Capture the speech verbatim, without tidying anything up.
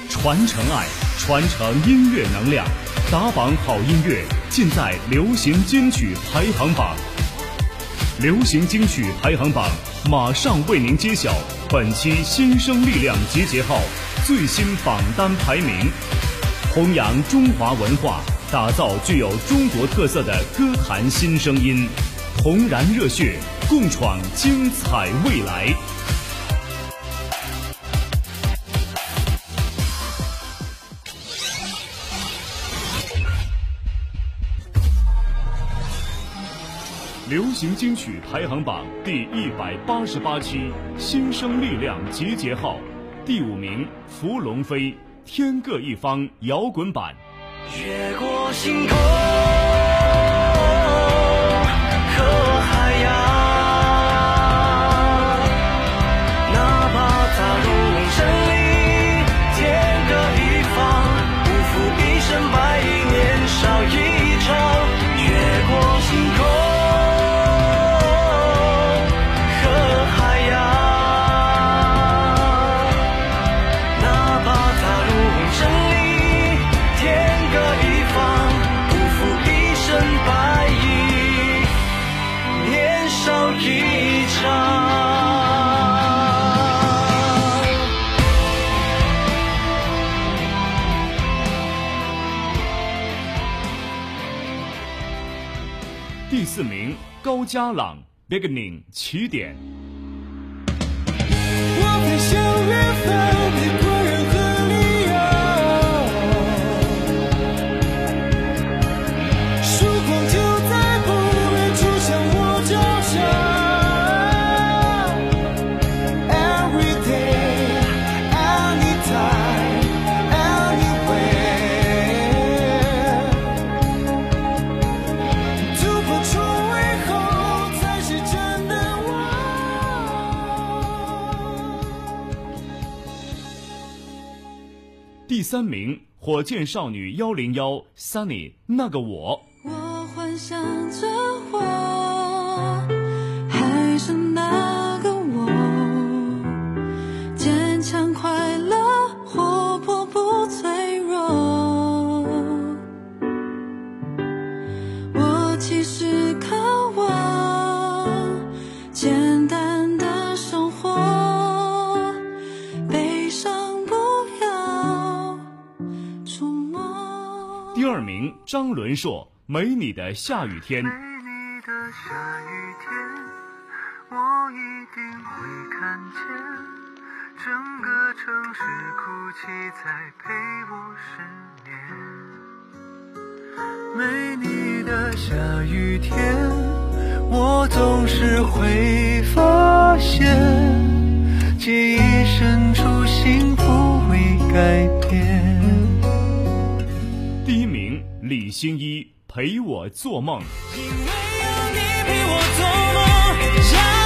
传承爱，传承音乐能量，打榜好音乐尽在流行金曲排行榜。流行金曲排行榜马上为您揭晓本期新生力量集结号最新榜单排名，弘扬中华文化，打造具有中国特色的歌坛新声音，红燃热血，共闯精彩未来。流行金曲排行榜第一百八十八期新生力量集结号，第五名伏龙飞，天各一方摇滚版。 越过星空和海洋，哪怕踏入森林，天各一方，不负一生百亿，年少一场。越过星空第四名高家朗 Beginning 起点。 我飞向远方，别过任何理由，曙光就在不远处向我照射。Every day, anytime, anywhere， 突破重围后才是真的我。 第三名火箭少女一零一 Sunny 那个我。 我幻想着我还是那个我，坚强快乐活泼不脆弱。我其实渴望简单的生活，悲伤不要触摸。 第二名张伦硕没你的下雨天。 没你的下雨天，我一定会看见整个城市哭泣才陪我十年。没你的下雨天，我总是会发现记忆深处幸福会改变。 第一名李心一陪我做梦。 因为有你陪我做梦。